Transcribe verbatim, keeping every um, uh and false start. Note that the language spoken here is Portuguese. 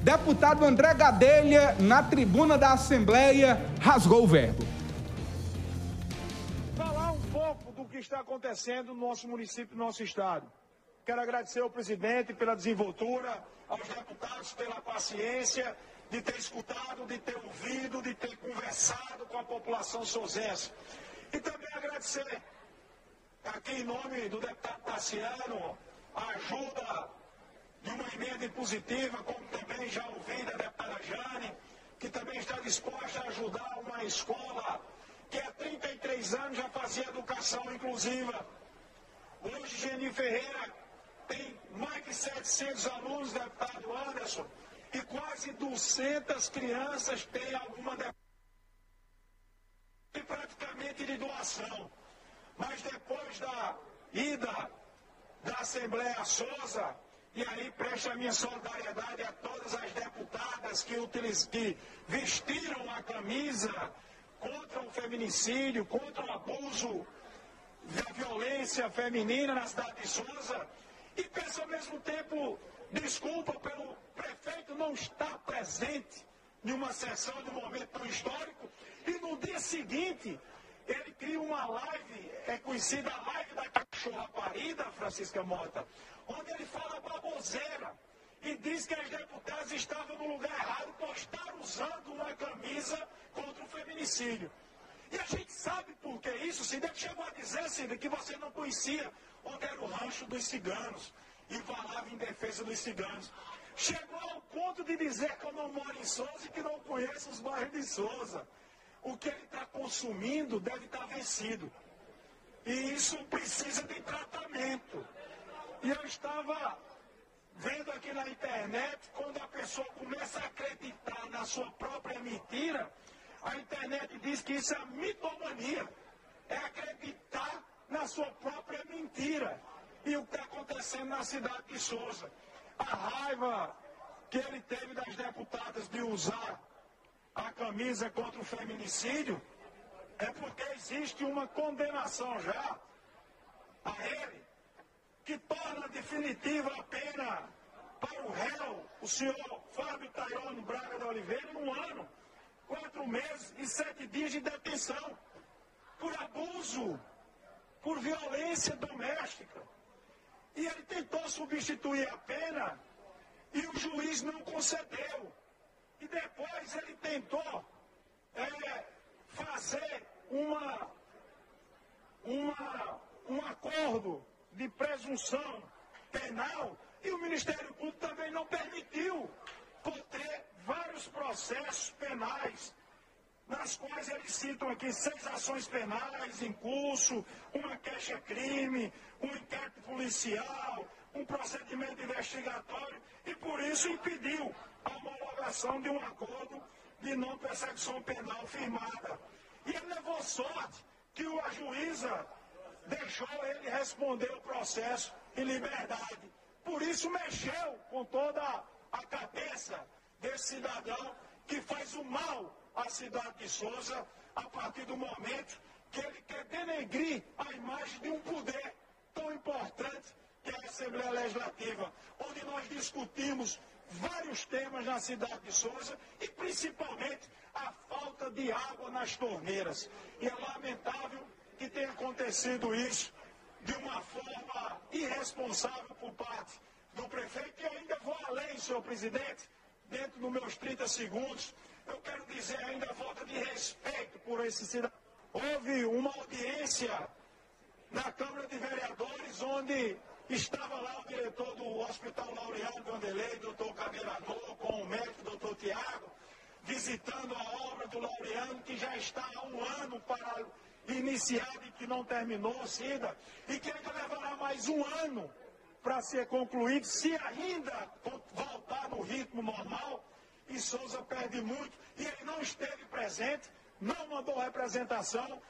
Deputado André Gadelha, na tribuna da Assembleia, rasgou o verbo. Falar um pouco do que está acontecendo no nosso município, no nosso estado. Quero agradecer ao presidente pela desenvoltura, aos deputados pela paciência de ter escutado, de ter ouvido, de ter conversado com a população sousense. E também agradecer, aqui em nome do deputado Tassiano, a ajuda de uma emenda impositiva, como também já ouvi da deputada Jane, que também está disposta a ajudar uma escola que há trinta e três anos já fazia educação inclusiva. Hoje, Geni Ferreira tem mais de setecentos alunos, deputado Anderson, e quase duzentas crianças têm alguma e praticamente de doação. Mas depois da ida da Assembleia Sousa, e aí presto a minha solidariedade a todas as deputadas que, utiliz... que vestiram a camisa contra o feminicídio, contra o abuso da violência feminina na cidade de Sousa, e peço ao mesmo tempo desculpa pelo prefeito não estar presente em uma sessão de um momento tão histórico, e no dia seguinte ele cria uma live, é conhecida a live da cachorra parida, Francisca Mota, onde ele fala baboseira e diz que as deputadas estavam no lugar errado por estar usando uma camisa contra o feminicídio. E a gente sabe por que isso, Cida, que chegou a dizer, Cida, que você não conhecia onde era o rancho dos ciganos e falava em defesa dos ciganos. Chegou ao ponto de dizer que eu não moro em Sousa e que não conheço os bairros de Sousa. O que ele está consumindo deve estar vencido. E isso precisa de tratamento. E eu estava vendo aqui na internet, quando a pessoa começa a acreditar na sua própria mentira, a internet diz que isso é mitomania. É acreditar na sua própria mentira. E o que está acontecendo na cidade de Sousa. A raiva que ele teve das deputadas de usar a camisa contra o feminicídio é porque existe uma condenação já a ele, que torna definitiva a pena para o réu, o senhor Fábio Tairone Braga da Oliveira, um ano, quatro meses e sete dias de detenção, por abuso, por violência doméstica. E ele tentou substituir a pena e o juiz não concedeu. E depois ele tentou é, fazer uma, uma, um acordo de presunção penal e o Ministério Público também não permitiu, por ter vários processos penais, nas quais eles citam aqui seis ações penais em curso, uma queixa-crime, um inquérito policial, um procedimento investigatório, e por isso impediu a homologação de um acordo de não persecução penal firmada. E ele levou sorte que a juíza deixou ele responder o processo em liberdade. Por isso mexeu com toda a cabeça desse cidadão que faz o mal à cidade de Sousa a partir do momento que ele quer denegrir a imagem de um poder tão importante que é a Assembleia Legislativa, onde nós discutimos vários temas na cidade de Sousa e principalmente a falta de água nas torneiras. E é lamentável que tenha acontecido isso de uma forma irresponsável por parte do prefeito. E eu ainda vou além, senhor presidente, dentro dos meus trinta segundos, eu quero dizer ainda a falta de respeito por esse cidadão. Houve uma audiência na Câmara de Vereadores, onde estava lá o diretor do Hospital Laureano Vanderlei, doutor Cadeirador, com o médico doutor Tiago, visitando a obra do Laureano, que já está há um ano para iniciar e que não terminou, Cida, e que ainda levará mais um ano para ser concluído, se ainda voltar no ritmo normal. E Sousa perde muito, e ele não esteve presente, não mandou representação,